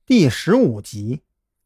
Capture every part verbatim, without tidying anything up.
第十五集。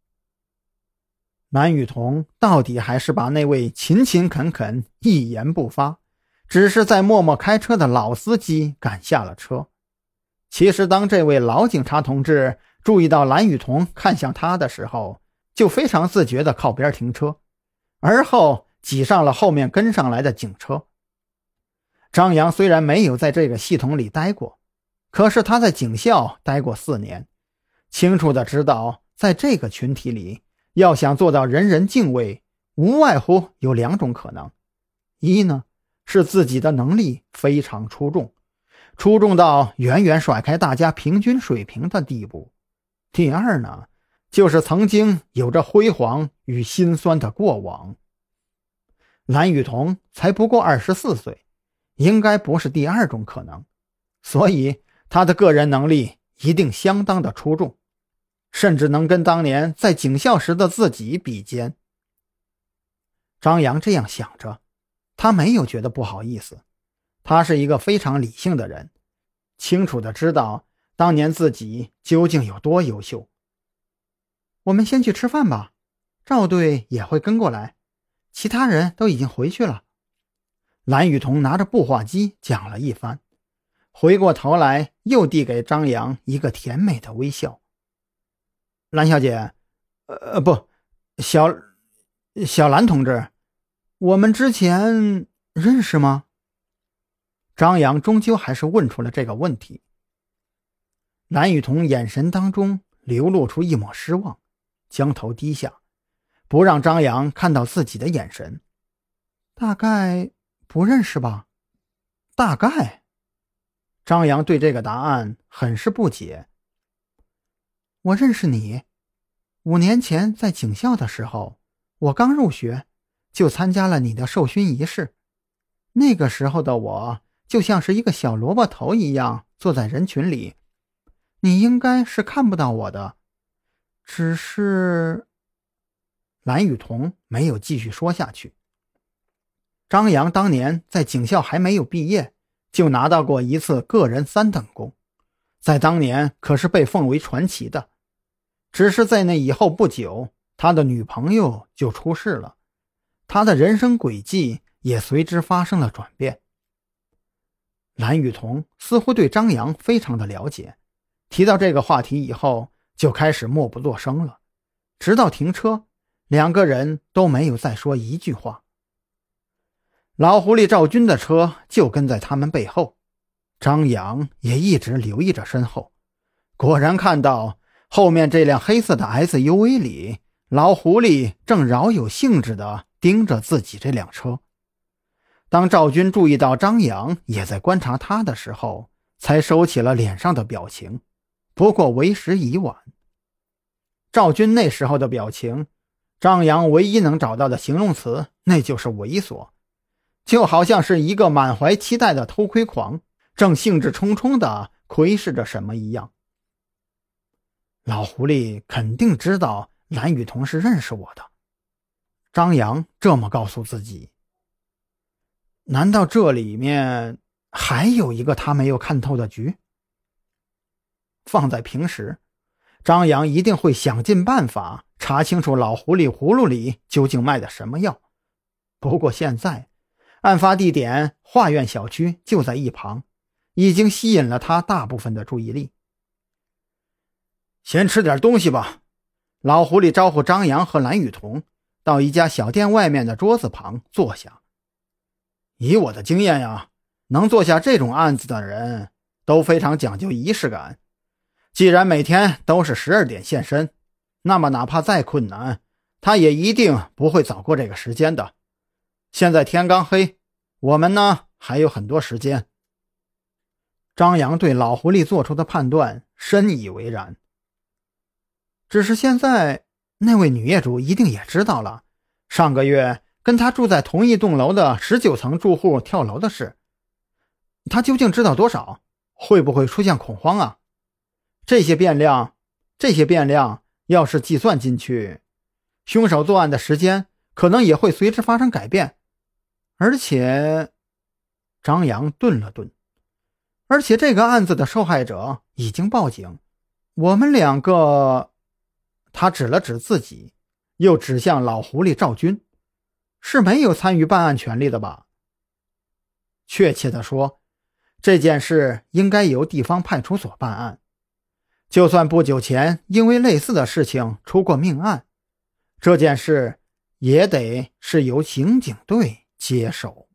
蓝雨桐到底还是把那位勤勤恳恳一言不发只是在默默开车的老司机赶下了车。其实当这位老警察同志注意到蓝雨桐看向他的时候，就非常自觉地靠边停车，而后挤上了后面跟上来的警车。张扬虽然没有在这个系统里待过，可是他在警校待过四年，清楚地知道在这个群体里要想做到人人敬畏，无外乎有两种可能。一呢，是自己的能力非常出众，出众到远远甩开大家平均水平的地步。第二呢，就是曾经有着辉煌与心酸的过往。蓝雨桐才不过二十四岁，应该不是第二种可能，所以他的个人能力一定相当的出众，甚至能跟当年在警校时的自己比肩。张扬这样想着，他没有觉得不好意思，他是一个非常理性的人，清楚地知道当年自己究竟有多优秀。我们先去吃饭吧，赵队也会跟过来，其他人都已经回去了。蓝雨桐拿着步话机讲了一番，回过头来又递给张扬一个甜美的微笑。蓝小姐，呃不，小小蓝同志，我们之前认识吗？张扬终究还是问出了这个问题。蓝雨桐眼神当中流露出一抹失望，将头低下，不让张扬看到自己的眼神。大概不认识吧？大概？张扬对这个答案很是不解。我认识你，五年前在警校的时候，我刚入学，就参加了你的授勋仪式。那个时候的我就像是一个小萝卜头一样坐在人群里，你应该是看不到我的。只是……蓝雨桐没有继续说下去。张扬当年在警校还没有毕业，就拿到过一次个人三等功，在当年可是被奉为传奇的。只是在那以后不久，他的女朋友就出事了，他的人生轨迹也随之发生了转变。蓝雨桐似乎对张扬非常的了解，提到这个话题以后就开始默不作声了，直到停车，两个人都没有再说一句话。老狐狸赵军的车就跟在他们背后，张扬也一直留意着身后，果然看到后面这辆黑色的 S U V 里，老狐狸正饶有兴致地盯着自己这辆车。当赵军注意到张扬也在观察他的时候，才收起了脸上的表情，不过为时已晚。赵军那时候的表情，张扬唯一能找到的形容词，那就是猥琐，就好像是一个满怀期待的偷窥狂，正兴致冲冲地窥视着什么一样。老狐狸肯定知道蓝雨桐是认识我的，张扬这么告诉自己。难道这里面还有一个他没有看透的局？放在平时，张扬一定会想尽办法查清楚老狐狸葫芦里究竟卖的什么药。不过现在，案发地点画院小区就在一旁，已经吸引了他大部分的注意力。先吃点东西吧。老狐狸招呼张扬和蓝雨桐到一家小店外面的桌子旁坐下。以我的经验呀，能做下这种案子的人都非常讲究仪式感。既然每天都是十二点现身，那么哪怕再困难，他也一定不会早过这个时间的。现在天刚黑，我们呢还有很多时间。张扬对老狐狸做出的判断深以为然。只是现在那位女业主一定也知道了上个月跟他住在同一栋楼的十九层住户跳楼的事，他究竟知道多少？会不会出现恐慌啊？这些变量，这些变量要是计算进去，凶手作案的时间可能也会随之发生改变。而且，张扬顿了顿，而且这个案子的受害者已经报警，我们两个他指了指自己，又指向老狐狸赵军，是没有参与办案权利的吧？确切地说，这件事应该由地方派出所办案。就算不久前因为类似的事情出过命案，这件事也得是由刑警队接手。